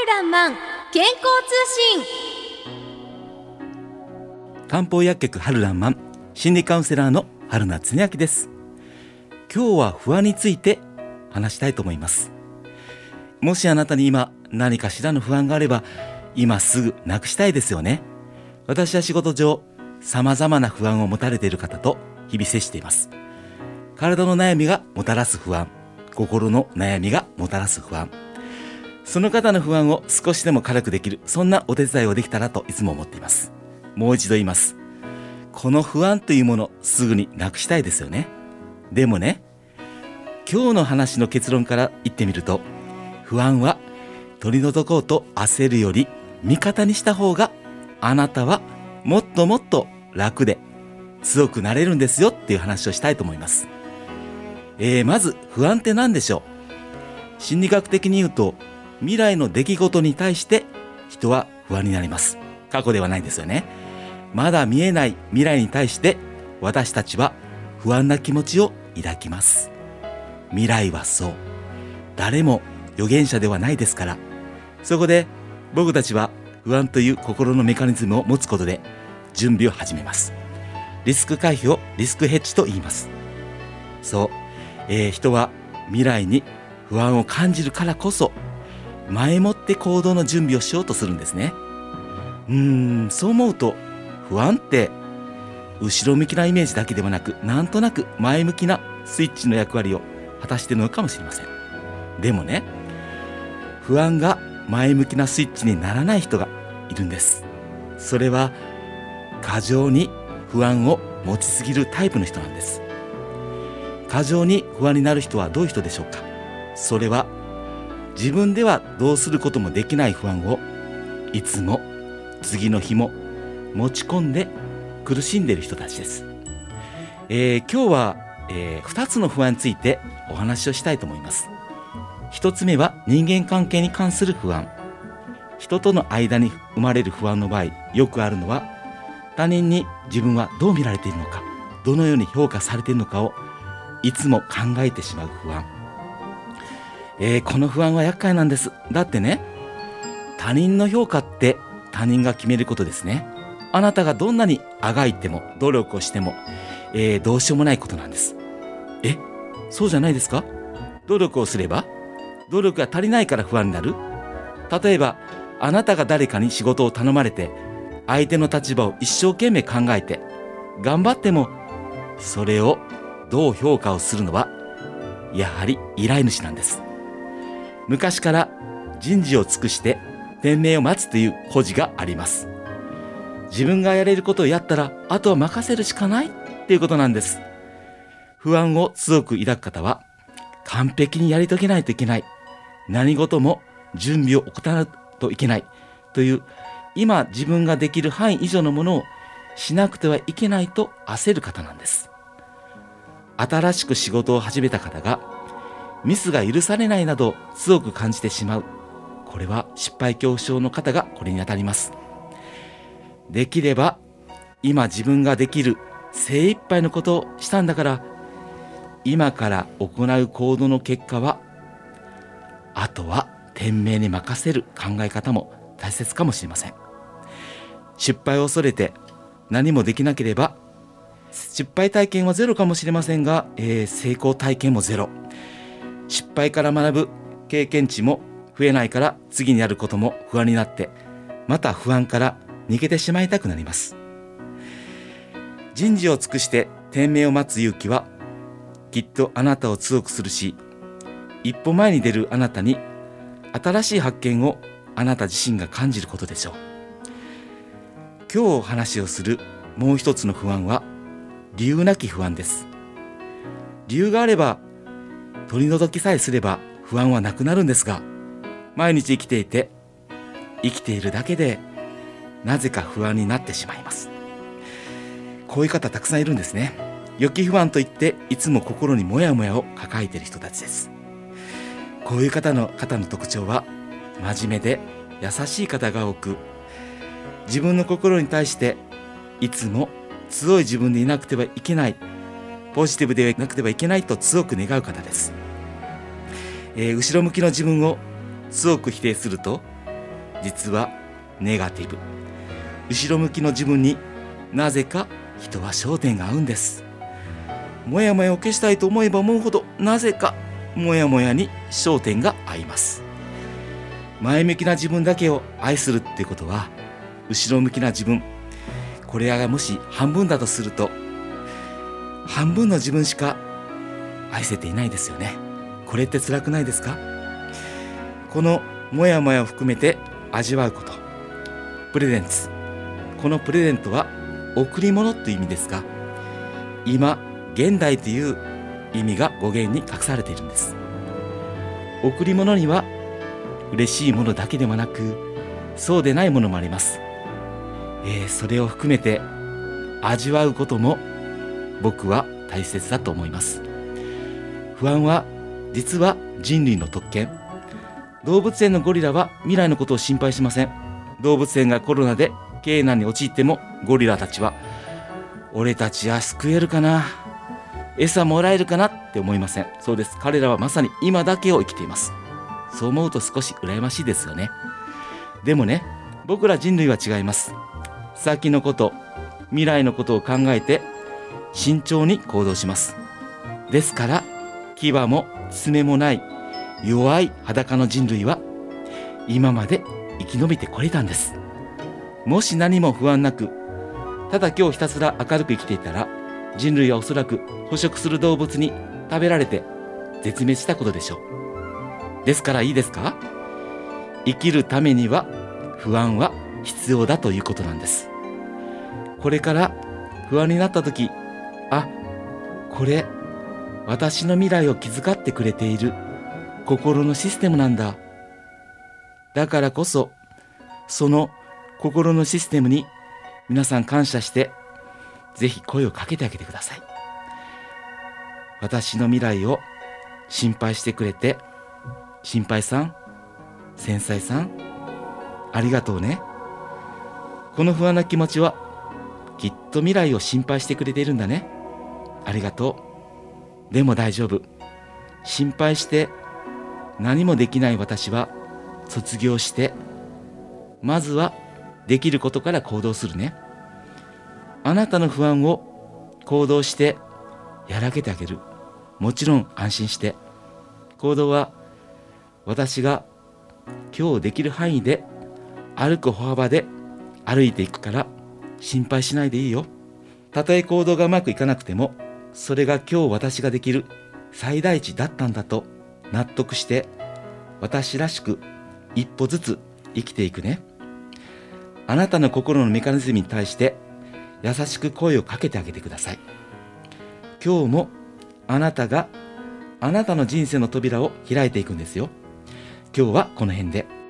るらんまん健康通信。 漢方薬局春らんまん心理カウンセラーの春名恒明です。今日は不安について話したいと思います。もしあなたに今何かしらの不安があれば、今すぐなくしたいですよね。私は仕事上様々な不安を持たれている方と日々接しています。体の悩みがもたらす不安、心の悩みがもたらす不安、その方の不安を少しでも軽くできる、そんなお手伝いをできたらといつも思っています。もう一度言います。この不安というもの、すぐになくしたいですよね。でもね、今日の話の結論から言ってみると、不安は取り除こうと焦るより味方にした方が、あなたはもっともっと楽で強くなれるんですよっていう話をしたいと思います。まず不安って何でしょう。心理学的に言うと、未来の出来事に対して人は不安になります。過去ではないですよね。まだ見えない未来に対して私たちは不安な気持ちを抱きます。未来はそう、誰も預言者ではないですから。そこで僕たちは不安という心のメカニズムを持つことで準備を始めます。リスク回避をリスクヘッジと言います。そう、人は未来に不安を感じるからこそ前もって行動の準備をしようとするんですね。そう思うと、不安って後ろ向きなイメージだけではなく、なんとなく前向きなスイッチの役割を果たしているのかもしれません。でもね、不安が前向きなスイッチにならない人がいるんです。それは過剰に不安を持ちすぎるタイプの人なんです。過剰に不安になる人はどういう人でしょうか。それは自分ではどうすることもできない不安をいつも次の日も持ち込んで苦しんでいる人たちです。今日は、2つの不安についてお話をしたいと思います。1つ目は人間関係に関する不安。人との間に生まれる不安の場合、よくあるのは他人に自分はどう見られているのか、どのように評価されているのかをいつも考えてしまう不安。この不安は厄介なんです。だってね、他人の評価って他人が決めることですね。あなたがどんなにあがいても努力をしても、どうしようもないことなんです。そうじゃないですか。努力をすれば、努力が足りないから不安になる。例えばあなたが誰かに仕事を頼まれて、相手の立場を一生懸命考えて頑張っても、それをどう評価をするのはやはり依頼主なんです。昔から人事を尽くして天命を待つという故事があります。自分がやれることをやったら、あとは任せるしかないっていうことなんです。不安を強く抱く方は、完璧にやり遂げないといけない、何事も準備を行うといけないという、今自分ができる範囲以上のものをしなくてはいけないと焦る方なんです。新しく仕事を始めた方がミスが許されないなど強く感じてしまう。これは失敗恐怖症の方がこれに当たります。できれば今自分ができる精一杯のことをしたんだから、今から行う行動の結果は、あとは天命に任せる考え方も大切かもしれません。失敗を恐れて何もできなければ、失敗体験はゼロかもしれませんが、成功体験もゼロ。失敗から学ぶ経験値も増えないから、次にやることも不安になって、また不安から逃げてしまいたくなります。人事を尽くして天命を待つ勇気は、きっとあなたを強くするし、一歩前に出るあなたに新しい発見をあなた自身が感じることでしょう。今日お話をするもう一つの不安は、理由なき不安です。理由があれば、取り除きさえすれば不安はなくなるんですが、毎日生きていて、生きているだけでなぜか不安になってしまいます。こういう方たくさんいるんですね。予期不安といって、いつも心にモヤモヤを抱えている人たちです。こういう方の特徴は、真面目で優しい方が多く、自分の心に対していつも強い自分でいなくてはいけない、ポジティブでいなくてはいけないと強く願う方です。後ろ向きの自分を強く否定すると、 実はネガティブ、後ろ向きの自分になぜか人は焦点が合うんです。もやもやを消したいと思えば思うほど、なぜかもやもやに焦点が合います。前向きな自分だけを愛するってことは、後ろ向きな自分、これがもし半分だとすると、半分の自分しか愛せていないですよね。これって辛くないですか？このもやもやを含めて味わうこと、プレゼンツ。このプレゼントは贈り物という意味ですが、今現代という意味が語源に隠されているんです。贈り物には嬉しいものだけではなく、そうでないものもあります。それを含めて味わうことも僕は大切だと思います。不安は実は人類の特権。動物園のゴリラは未来のことを心配しません。動物園がコロナで経営難に陥っても、ゴリラたちは俺たちは救えるかな、餌もらえるかなって思いません。そうです。彼らはまさに今だけを生きています。そう思うと少し羨ましいですよね。でもね、僕ら人類は違います。先のこと、未来のことを考えて慎重に行動します。ですから牙も爪もない弱い裸の人類は今まで生き延びてこれたんです。もし何も不安なく、ただ今日ひたすら明るく生きていたら、人類はおそらく捕食する動物に食べられて絶滅したことでしょう。ですからいいですか？生きるためには不安は必要だということなんです。これから不安になった時、これ私の未来を気遣ってくれている心のシステムなんだ。だからこそその心のシステムに皆さん感謝して、ぜひ声をかけてあげてください。私の未来を心配してくれて、心配さん、繊細さん、ありがとうね。この不安な気持ちはきっと未来を心配してくれているんだね。ありがとう。でも大丈夫。心配して何もできない私は卒業して、まずはできることから行動するね。あなたの不安を行動してやらけてあげる。もちろん安心して。行動は私が今日できる範囲で、歩く歩幅で歩いていくから心配しないでいいよ。たとえ行動がうまくいかなくても、それが今日私ができる最大値だったんだと納得して、私らしく一歩ずつ生きていくね。あなたの心のメカニズムに対して優しく声をかけてあげてください。今日もあなたがあなたの人生の扉を開いていくんですよ。今日はこの辺で。